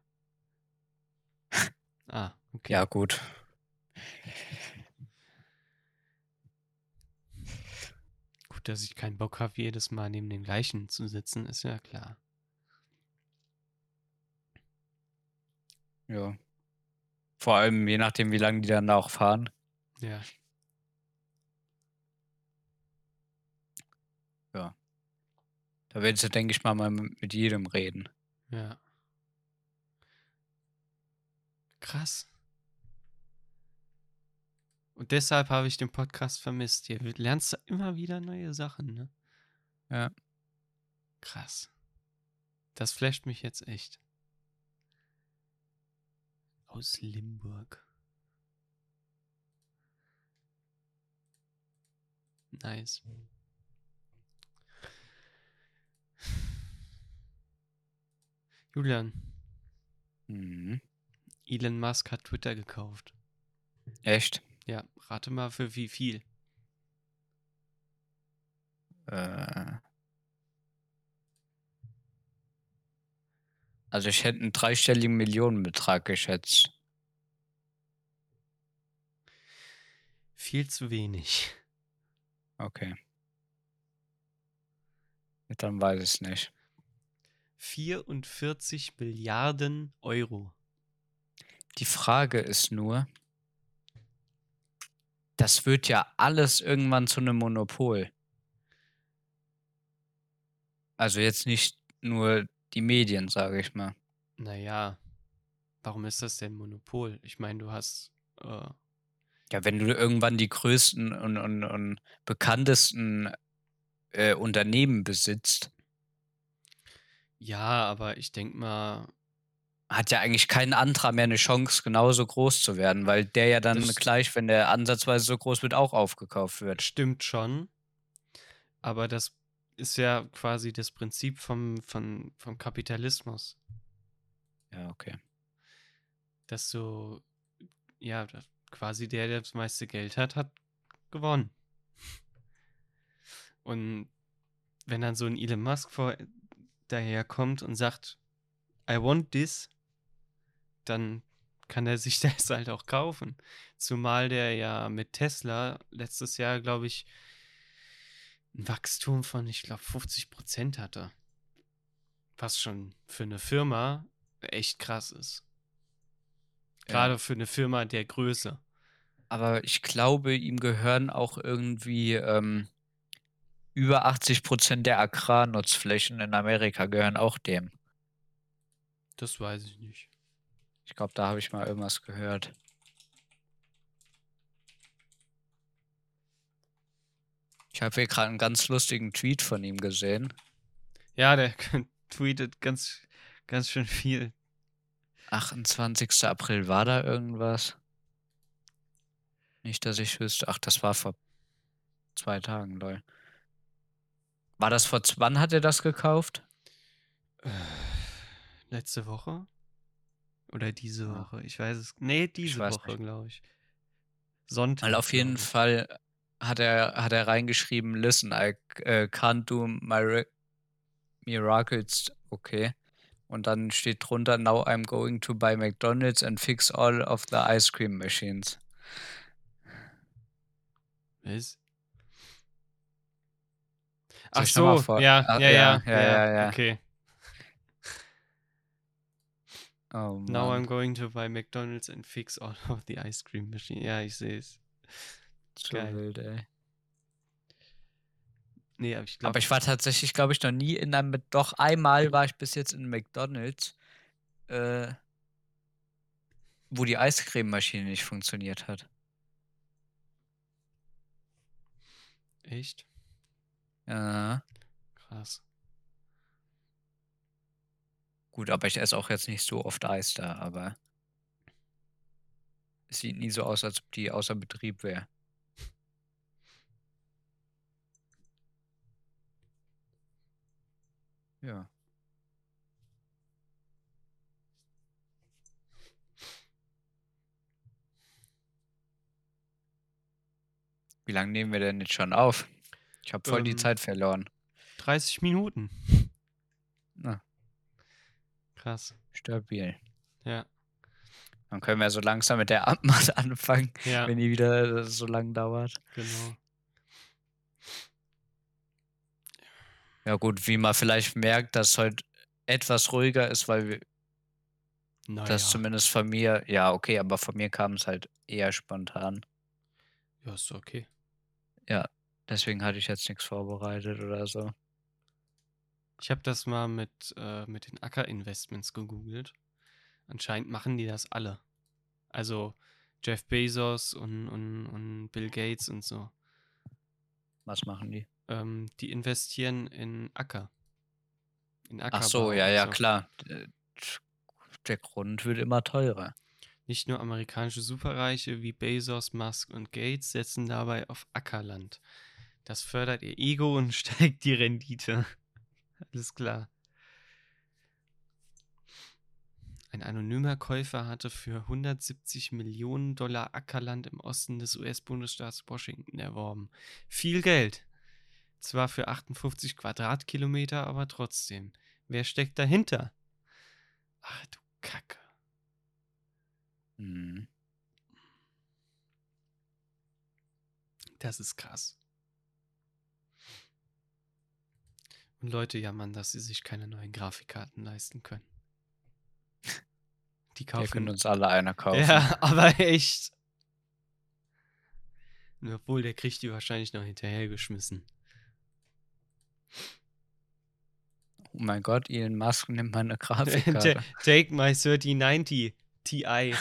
[SPEAKER 1] Ah, okay.
[SPEAKER 2] Ja, gut.
[SPEAKER 1] Gut, dass ich keinen Bock habe, jedes Mal neben den gleichen zu sitzen, ist ja klar.
[SPEAKER 2] Ja. Vor allem je nachdem, wie lange die dann auch fahren.
[SPEAKER 1] Ja.
[SPEAKER 2] Ja. Da werden sie, denke ich mal, mal mit jedem reden.
[SPEAKER 1] Ja. Krass. Und deshalb habe ich den Podcast vermisst. Hier lernst du immer wieder neue Sachen, ne?
[SPEAKER 2] Ja.
[SPEAKER 1] Krass. Das flasht mich jetzt echt. Aus Limburg. Nice. Julian,
[SPEAKER 2] Mhm.
[SPEAKER 1] Elon Musk hat Twitter gekauft.
[SPEAKER 2] Echt?
[SPEAKER 1] Ja, rate mal für wie viel.
[SPEAKER 2] Äh. Also ich hätte einen dreistelligen Millionenbetrag geschätzt.
[SPEAKER 1] Viel zu wenig.
[SPEAKER 2] Okay. Dann weiß ich es nicht.
[SPEAKER 1] vierundvierzig Milliarden Euro.
[SPEAKER 2] Die Frage ist nur, das wird ja alles irgendwann zu einem Monopol. Also jetzt nicht nur die Medien, sage ich mal.
[SPEAKER 1] Naja, warum ist das denn Monopol? Ich meine, du hast... Äh,
[SPEAKER 2] Ja, wenn du irgendwann die größten und, und, und bekanntesten äh, Unternehmen besitzt,
[SPEAKER 1] ja, aber ich denke mal...
[SPEAKER 2] hat ja eigentlich kein anderer mehr eine Chance, genauso groß zu werden, weil der ja dann
[SPEAKER 1] Das
[SPEAKER 2] gleich, wenn der ansatzweise so groß wird, auch aufgekauft wird.
[SPEAKER 1] stimmt schon. Aber das ist ja quasi das Prinzip vom, vom, vom Kapitalismus.
[SPEAKER 2] Ja, okay.
[SPEAKER 1] Dass du, ja, quasi der, der das meiste Geld hat, hat gewonnen. Und wenn dann so ein Elon Musk vor, daherkommt und sagt, I want this, dann kann er sich das halt auch kaufen. Zumal der ja mit Tesla letztes Jahr, glaube ich, ein Wachstum von, ich glaube, fünfzig Prozent hatte. Was schon für eine Firma echt krass ist. Gerade
[SPEAKER 2] Ja.
[SPEAKER 1] für eine Firma der Größe.
[SPEAKER 2] Aber ich glaube, ihm gehören auch irgendwie ähm, über achtzig Prozent der Agrarnutzflächen in Amerika gehören auch dem.
[SPEAKER 1] Das weiß ich nicht.
[SPEAKER 2] Ich glaube, da habe ich mal irgendwas gehört. Ich habe hier gerade einen ganz lustigen Tweet von ihm gesehen.
[SPEAKER 1] Ja, der tweetet ganz, ganz schön viel.
[SPEAKER 2] achtundzwanzigster April war da irgendwas? Nicht, dass ich wüsste. Ach, das war vor zwei Tagen, lol. War das vor, wann hat er das gekauft?
[SPEAKER 1] Äh, letzte Woche? Oder diese
[SPEAKER 2] Ah,
[SPEAKER 1] Woche? Ich weiß es. Nee,
[SPEAKER 2] ich
[SPEAKER 1] diese
[SPEAKER 2] weiß
[SPEAKER 1] Woche,
[SPEAKER 2] nicht.
[SPEAKER 1] glaube ich.
[SPEAKER 2] Weil
[SPEAKER 1] Sonntag,
[SPEAKER 2] auf jeden
[SPEAKER 1] glaube ich.
[SPEAKER 2] Fall hat er, hat er reingeschrieben, listen, I uh, can't do my re- miracles, okay. Und dann steht drunter, now I'm going to buy McDonald's and fix all of the ice cream machines.
[SPEAKER 1] Was?
[SPEAKER 2] Soll
[SPEAKER 1] Ach
[SPEAKER 2] ich nochmal
[SPEAKER 1] so,
[SPEAKER 2] vor?
[SPEAKER 1] ja,
[SPEAKER 2] Ah,
[SPEAKER 1] ja,
[SPEAKER 2] ja,
[SPEAKER 1] ja,
[SPEAKER 2] ja,
[SPEAKER 1] ja,
[SPEAKER 2] ja, ja.
[SPEAKER 1] okay.
[SPEAKER 2] Oh
[SPEAKER 1] Now I'm
[SPEAKER 2] Mann,
[SPEAKER 1] going to buy McDonald's and fix all of the ice cream machine. Ja, ich sehe es.
[SPEAKER 2] so
[SPEAKER 1] Geil.
[SPEAKER 2] wild, ey.
[SPEAKER 1] Nee, aber ich
[SPEAKER 2] Aber
[SPEAKER 1] glaube,
[SPEAKER 2] ich war tatsächlich, glaube ich, noch nie in einem, doch einmal war ich bis jetzt in McDonald's, äh, wo die Eiscrememaschine nicht funktioniert hat.
[SPEAKER 1] echt
[SPEAKER 2] Ja.
[SPEAKER 1] krass.
[SPEAKER 2] Gut, aber ich esse auch jetzt nicht so oft Eis da, aber es sieht nie so aus, als ob die außer Betrieb wäre. Ja. Wie lange nehmen wir denn jetzt schon auf? Ich habe voll die
[SPEAKER 1] Ähm,
[SPEAKER 2] Zeit verloren.
[SPEAKER 1] dreißig Minuten.
[SPEAKER 2] Na,
[SPEAKER 1] Krass.
[SPEAKER 2] stabil.
[SPEAKER 1] Ja,
[SPEAKER 2] Dann können wir so langsam mit der Abmachung anfangen,
[SPEAKER 1] ja,
[SPEAKER 2] wenn die wieder so lang dauert.
[SPEAKER 1] genau.
[SPEAKER 2] Ja gut, wie man vielleicht merkt, dass heute etwas ruhiger ist, weil wir das
[SPEAKER 1] Naja,
[SPEAKER 2] zumindest von mir, ja, okay, aber von mir kam es halt eher spontan.
[SPEAKER 1] ja, ist okay.
[SPEAKER 2] Ja, deswegen hatte ich jetzt nichts vorbereitet oder so.
[SPEAKER 1] Ich habe das mal mit, äh, mit den Acker-Investments gegoogelt. Anscheinend machen die das alle. Also Jeff Bezos und, und, und Bill Gates und so.
[SPEAKER 2] Was machen die?
[SPEAKER 1] Ähm, die investieren in Acker. In
[SPEAKER 2] Ach so,
[SPEAKER 1] Ackerbau
[SPEAKER 2] ja,
[SPEAKER 1] und
[SPEAKER 2] ja,
[SPEAKER 1] so.
[SPEAKER 2] klar. D- Der Grund wird immer teurer.
[SPEAKER 1] Nicht nur amerikanische Superreiche wie Bezos, Musk und Gates setzen dabei auf Ackerland. Das fördert ihr Ego und steigt die Rendite. Alles klar. Ein anonymer Käufer hatte für hundertsiebzig Millionen Dollar Ackerland im Osten des U S-Bundesstaats Washington erworben. Viel Geld. Zwar für achtundfünfzig Quadratkilometer, aber trotzdem. Wer steckt dahinter? Ach du Kacke.
[SPEAKER 2] Hm.
[SPEAKER 1] Das ist krass. Und Leute jammern, dass sie sich keine neuen Grafikkarten leisten können. Die
[SPEAKER 2] Wir können
[SPEAKER 1] kaufen.
[SPEAKER 2] uns alle einer kaufen.
[SPEAKER 1] Ja, aber echt. Obwohl, der kriegt die wahrscheinlich noch hinterhergeschmissen.
[SPEAKER 2] Oh mein Gott, Elon Musk nimmt meine Grafikkarte.
[SPEAKER 1] Take my thirty ninety Ti.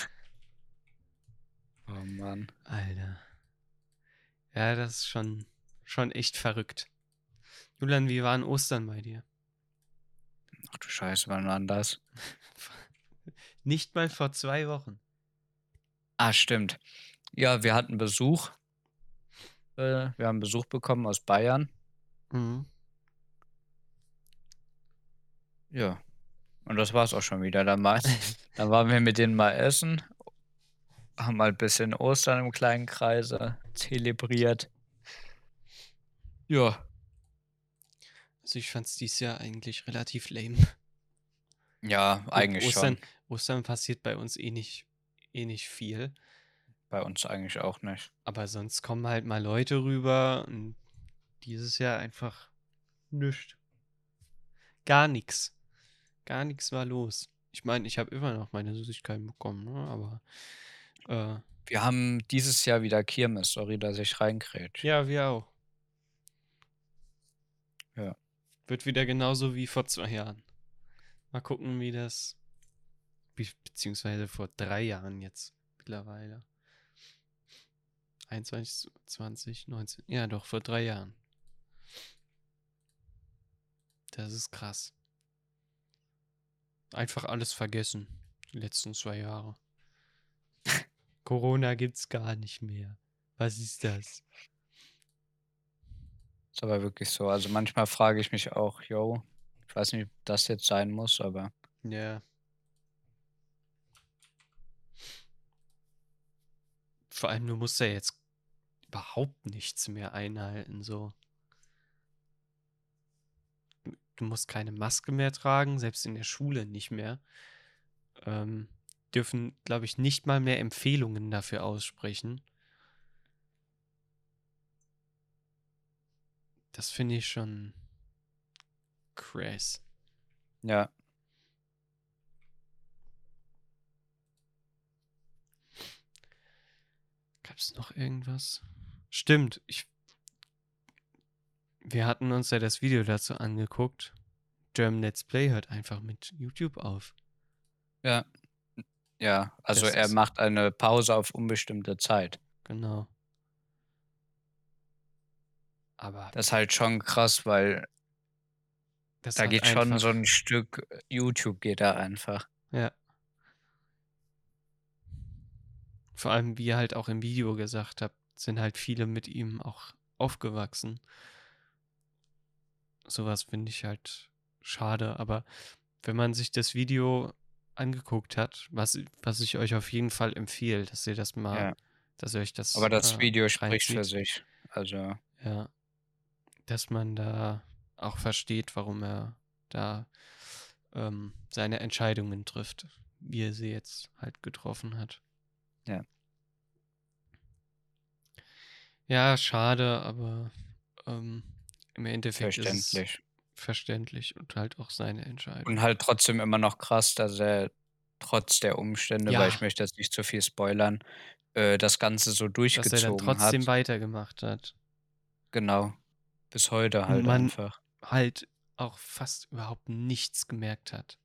[SPEAKER 2] Oh Mann.
[SPEAKER 1] Alter. Ja, das ist schon, schon echt verrückt. Julian, wie war an Ostern bei dir?
[SPEAKER 2] Ach du Scheiße, wann war denn das?
[SPEAKER 1] Nicht mal vor zwei Wochen.
[SPEAKER 2] Ah, stimmt. Ja, wir hatten Besuch. Äh, wir haben Besuch bekommen aus Bayern.
[SPEAKER 1] Mhm.
[SPEAKER 2] Ja. Und das war's auch schon wieder. Dann, mal, dann waren wir mit denen mal essen. Haben mal ein bisschen Ostern im kleinen Kreise zelebriert. Ja.
[SPEAKER 1] Also ich fand es dieses Jahr eigentlich relativ lame.
[SPEAKER 2] Ja,
[SPEAKER 1] Gut,
[SPEAKER 2] eigentlich
[SPEAKER 1] Ostern,
[SPEAKER 2] schon.
[SPEAKER 1] Ostern passiert bei uns eh nicht, eh nicht viel.
[SPEAKER 2] Bei uns eigentlich auch nicht.
[SPEAKER 1] Aber sonst kommen halt mal Leute rüber und dieses Jahr einfach nichts. Gar nichts. Gar nichts war los. Ich meine, ich habe immer noch meine Süßigkeiten bekommen, ne? Aber äh,
[SPEAKER 2] Wir haben dieses Jahr wieder Kirmes. Sorry, dass ich reinkrätsch.
[SPEAKER 1] ja, wir auch.
[SPEAKER 2] Ja.
[SPEAKER 1] Wird wieder genauso wie vor zwei Jahren. Mal gucken, wie das. Be beziehungsweise vor drei Jahren jetzt mittlerweile. einundzwanzig, zwanzig, neunzehn. Ja, doch, vor drei Jahren. Das ist krass. Einfach alles vergessen. Die letzten zwei Jahre. Corona gibt's gar nicht mehr. Was ist das?
[SPEAKER 2] Ist aber wirklich so. Also manchmal frage ich mich auch, yo, ich weiß nicht, ob das jetzt sein muss, aber
[SPEAKER 1] Ja. Vor allem, du musst ja jetzt überhaupt nichts mehr einhalten, so. Du musst keine Maske mehr tragen, selbst in der Schule nicht mehr. Ähm, dürfen, glaube ich, nicht mal mehr Empfehlungen dafür aussprechen. Das finde ich schon krass.
[SPEAKER 2] ja.
[SPEAKER 1] Gab es noch irgendwas? Stimmt, ich, wir hatten uns ja das Video dazu angeguckt. German Let's Play hört einfach mit YouTube auf.
[SPEAKER 2] Ja. Ja, also
[SPEAKER 1] Das
[SPEAKER 2] er
[SPEAKER 1] ist,
[SPEAKER 2] macht eine Pause auf unbestimmte Zeit.
[SPEAKER 1] genau. Aber
[SPEAKER 2] Das ist halt schon krass, weil
[SPEAKER 1] Das
[SPEAKER 2] Da
[SPEAKER 1] hat
[SPEAKER 2] geht schon so
[SPEAKER 1] einfach
[SPEAKER 2] 'n Stück äh, YouTube geht da einfach.
[SPEAKER 1] Ja. Vor allem, wie ihr halt auch im Video gesagt habt, sind halt viele mit ihm auch aufgewachsen. So was finde ich halt schade, aber wenn man sich das Video angeguckt hat, was was ich euch auf jeden Fall empfehle, dass ihr das mal
[SPEAKER 2] Ja.
[SPEAKER 1] dass ihr euch das,
[SPEAKER 2] Aber das
[SPEAKER 1] äh,
[SPEAKER 2] Video spricht für
[SPEAKER 1] reinzieht.
[SPEAKER 2] sich. Also
[SPEAKER 1] Ja. Dass man da auch versteht, warum er da, ähm, seine Entscheidungen trifft, wie er sie jetzt halt getroffen hat.
[SPEAKER 2] Ja.
[SPEAKER 1] Ja, schade, aber, ähm, im Endeffekt ist es
[SPEAKER 2] Verständlich.
[SPEAKER 1] verständlich und halt auch seine
[SPEAKER 2] Und
[SPEAKER 1] Entscheidung.
[SPEAKER 2] halt trotzdem immer noch krass, dass er trotz der Umstände, weil ich
[SPEAKER 1] Ja.
[SPEAKER 2] möchte jetzt nicht zu viel spoilern, äh, das Ganze so
[SPEAKER 1] Dass er dann
[SPEAKER 2] durchgezogen
[SPEAKER 1] trotzdem
[SPEAKER 2] hat.
[SPEAKER 1] weitergemacht hat.
[SPEAKER 2] Genau. Bis heute
[SPEAKER 1] Und
[SPEAKER 2] halt
[SPEAKER 1] man
[SPEAKER 2] einfach.
[SPEAKER 1] halt auch fast überhaupt nichts gemerkt hat.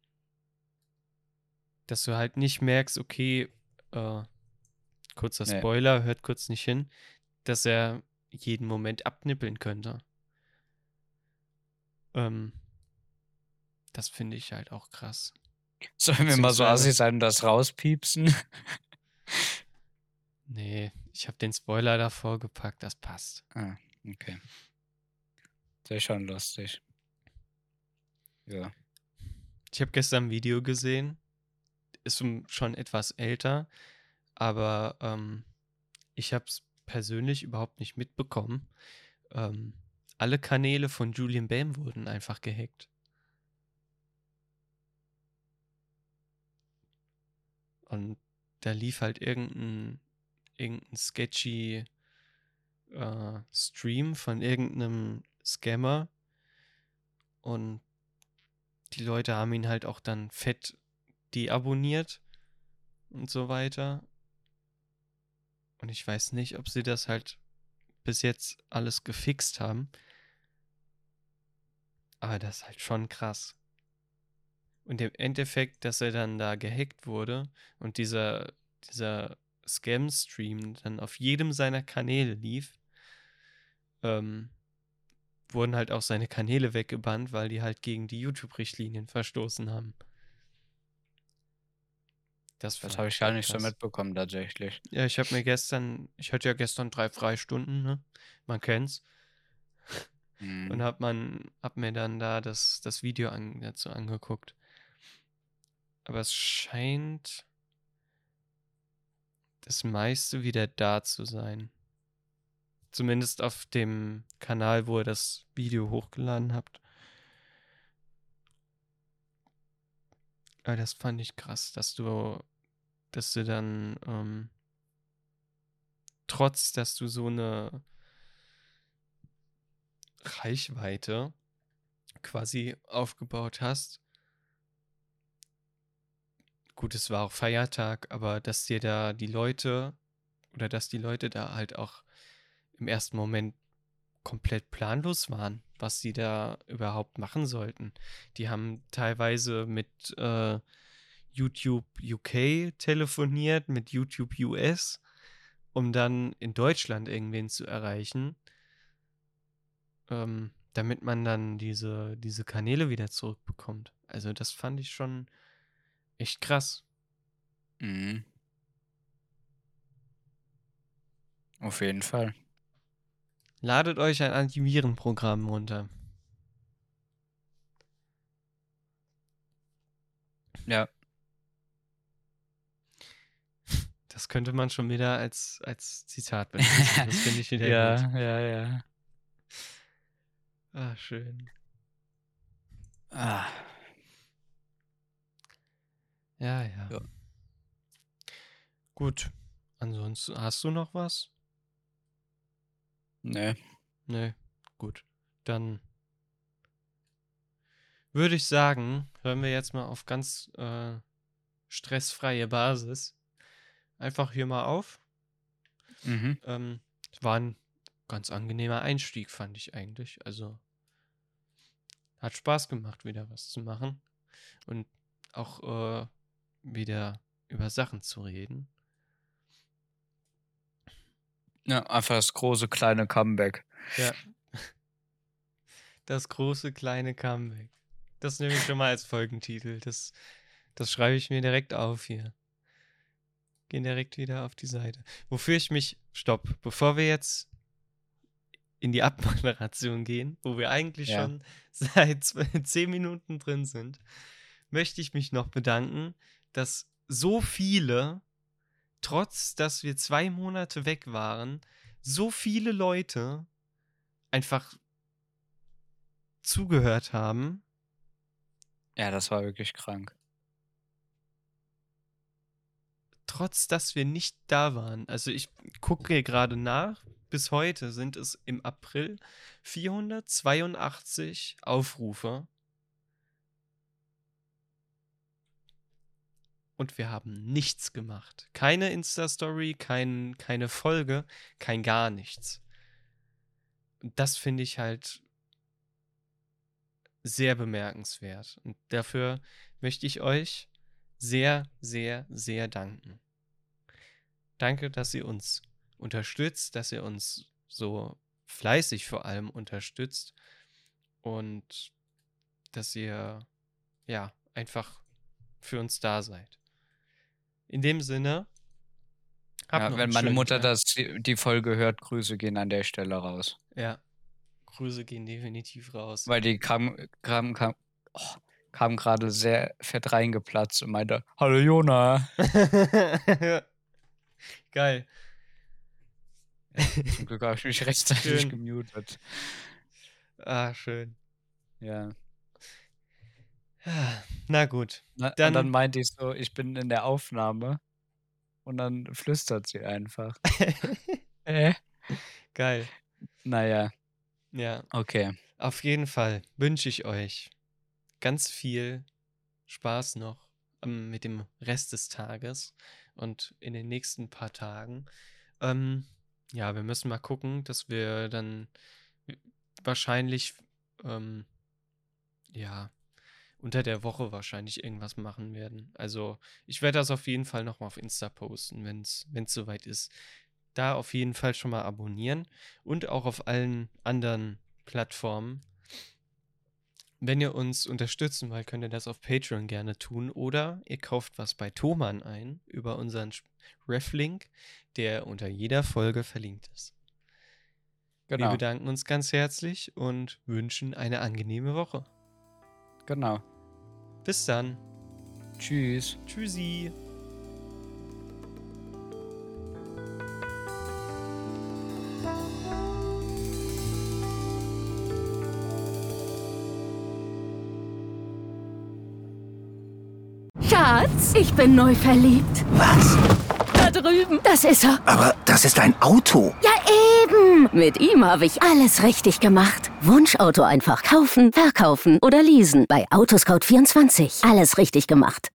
[SPEAKER 1] Dass du halt nicht merkst, okay, äh, kurzer
[SPEAKER 2] Ne.
[SPEAKER 1] Spoiler, hört kurz nicht hin, dass er jeden Moment abnippeln könnte. Ähm das finde ich halt auch krass.
[SPEAKER 2] Sollen wir mal so
[SPEAKER 1] Beziehungsweise
[SPEAKER 2] assi sein und das rauspiepsen?
[SPEAKER 1] Ne, ich habe den Spoiler davor gepackt, das passt.
[SPEAKER 2] Ah, okay. Das ist schon lustig. Ja.
[SPEAKER 1] Ich habe gestern 'n Video gesehen, ist, hm, schon etwas älter, aber, ähm, ich habe es persönlich überhaupt nicht mitbekommen. Ähm, alle Kanäle von Julian Bam wurden einfach gehackt. Und da lief halt irgend 'n irgend 'n sketchy, äh, Stream von irgend 'nem Scammer. Und die Leute haben ihn halt auch dann fett deabonniert und so weiter. Und ich weiß nicht, ob sie das halt bis jetzt alles gefixt haben. Aber das ist halt schon krass. Und im Endeffekt, dass er dann da gehackt wurde und dieser dieser Scam-Stream dann auf jedem seiner Kanäle lief ähm, wurden halt auch seine Kanäle weggebannt, weil die halt gegen die YouTube-Richtlinien verstoßen haben. Das
[SPEAKER 2] Das
[SPEAKER 1] fand
[SPEAKER 2] habe
[SPEAKER 1] ich
[SPEAKER 2] ich gar
[SPEAKER 1] schon
[SPEAKER 2] nicht so
[SPEAKER 1] krass.
[SPEAKER 2] mitbekommen tatsächlich.
[SPEAKER 1] Ja, ich habe mir gestern ich hatte ja gestern drei Freistunden, ne? Man kennt's. Und
[SPEAKER 2] Mhm.
[SPEAKER 1] habe man habe mir dann da das das Video an dazu angeguckt. Aber es scheint das meiste wieder da zu sein. Zumindest auf dem Kanal, wo ihr das Video hochgeladen habt. Ah, das fand ich krass, dass du dass du dann, ähm trotz, dass du so 'ne Reichweite quasi aufgebaut hast gut, es war auch Feiertag, aber dass dir da die Leute oder dass die Leute da halt auch im ersten Moment komplett planlos waren, was sie da überhaupt machen sollten. Die haben teilweise mit, äh, YouTube UK telefoniert, mit YouTube US, um dann in Deutschland irgendwen zu erreichen ähm, damit man dann diese diese Kanäle wieder zurückbekommt. Also, das fand ich schon echt krass.
[SPEAKER 2] Mhm. Auf jeden Fall.
[SPEAKER 1] Ladet euch ein Antivirenprogramm runter.
[SPEAKER 2] Ja.
[SPEAKER 1] Das könnte man schon wieder als als Zitat benutzen. Das finde ich wieder gut.
[SPEAKER 2] Ja, ja, ja.
[SPEAKER 1] Ah, schön.
[SPEAKER 2] Ah.
[SPEAKER 1] Ja, ja.
[SPEAKER 2] Ja.
[SPEAKER 1] Gut. Ansonsten hast du noch was?
[SPEAKER 2] Ne.
[SPEAKER 1] Ne, gut. Dann würde ich sagen, hören wir jetzt mal auf ganz, äh, stressfreie Basis einfach hier mal auf.
[SPEAKER 2] Mhm.
[SPEAKER 1] Ähm, war 'n ganz angenehmer Einstieg, fand ich eigentlich. Also hat Spaß gemacht, wieder was zu machen und auch, äh, wieder über Sachen zu reden.
[SPEAKER 2] Ja, einfach das große kleine Comeback.
[SPEAKER 1] Ja. Das große kleine Comeback. Das nehme ich schon mal als Folgentitel. Das, das schreibe ich mir direkt auf hier. Gehen direkt wieder auf die Seite. Wofür ich mich... Stopp. Bevor wir jetzt in die Abmoderation gehen, wo wir eigentlich
[SPEAKER 2] Ja.
[SPEAKER 1] schon seit zehn Minuten drin sind, möchte ich mich noch bedanken, dass so viele, trotz dass wir zwei Monate weg waren, so viele Leute einfach zugehört haben.
[SPEAKER 2] Ja, das war wirklich krank.
[SPEAKER 1] Trotz dass wir nicht da waren. Also ich gucke gerade nach. Bis heute sind es im April vierhundertzweiundachtzig Aufrufe. Und wir haben nichts gemacht. Keine Insta-Story, kein, keine Folge, kein gar nichts. Und das finde ich halt sehr bemerkenswert. Und dafür möchte ich euch sehr, sehr, sehr danken. Danke, dass ihr uns unterstützt, dass ihr uns so fleißig vor allem unterstützt und dass ihr ja einfach für uns da seid. In dem Sinne, habt
[SPEAKER 2] Ja,
[SPEAKER 1] noch
[SPEAKER 2] wenn
[SPEAKER 1] einen
[SPEAKER 2] meine
[SPEAKER 1] schönen
[SPEAKER 2] Mutter
[SPEAKER 1] Tag.
[SPEAKER 2] das, die die Folge hört, Grüße gehen an der Stelle raus.
[SPEAKER 1] Ja, Grüße gehen definitiv raus.
[SPEAKER 2] Weil die kam, kam, kam, oh, kam gerade sehr fett reingeplatzt und meinte, hallo Jona.
[SPEAKER 1] Geil.
[SPEAKER 2] Zum Glück habe ich mich rechtzeitig
[SPEAKER 1] Schön.
[SPEAKER 2] gemutet.
[SPEAKER 1] Ah, schön.
[SPEAKER 2] Ja.
[SPEAKER 1] Na gut.
[SPEAKER 2] Na,
[SPEAKER 1] Dann-
[SPEAKER 2] und dann meinte ich so, ich bin in der Aufnahme. Und dann flüstert sie einfach. äh?
[SPEAKER 1] Geil.
[SPEAKER 2] Naja,
[SPEAKER 1] Ja,
[SPEAKER 2] okay.
[SPEAKER 1] auf jeden Fall wünsche ich euch ganz viel Spaß noch ähm, mit dem Rest des Tages und in den nächsten paar Tagen. Ähm, ja, wir müssen mal gucken, dass wir dann wahrscheinlich, ähm, ja, unter der Woche wahrscheinlich irgendwas machen werden. Also ich werde das auf jeden Fall nochmal auf Insta posten, wenn es soweit ist. Da auf jeden Fall schon mal abonnieren und auch auf allen anderen Plattformen. Wenn ihr uns unterstützen wollt, könnt ihr das auf Patreon gerne tun oder ihr kauft was bei Thomann ein über unseren Ref-Link, der unter jeder Folge verlinkt ist. Wir
[SPEAKER 2] Genau,
[SPEAKER 1] bedanken uns ganz herzlich und wünschen eine angenehme Woche.
[SPEAKER 2] genau.
[SPEAKER 1] Bis dann.
[SPEAKER 2] Tschüss.
[SPEAKER 1] Tschüssi.
[SPEAKER 3] Schatz, ich bin neu verliebt.
[SPEAKER 4] Was?
[SPEAKER 3] Da drüben. Das ist er.
[SPEAKER 4] Aber das ist ein Auto.
[SPEAKER 3] Ja, eben. Mit ihm habe ich alles richtig gemacht. Wunschauto einfach kaufen, verkaufen oder leasen. Bei Autoscout vierundzwanzig. Alles richtig gemacht.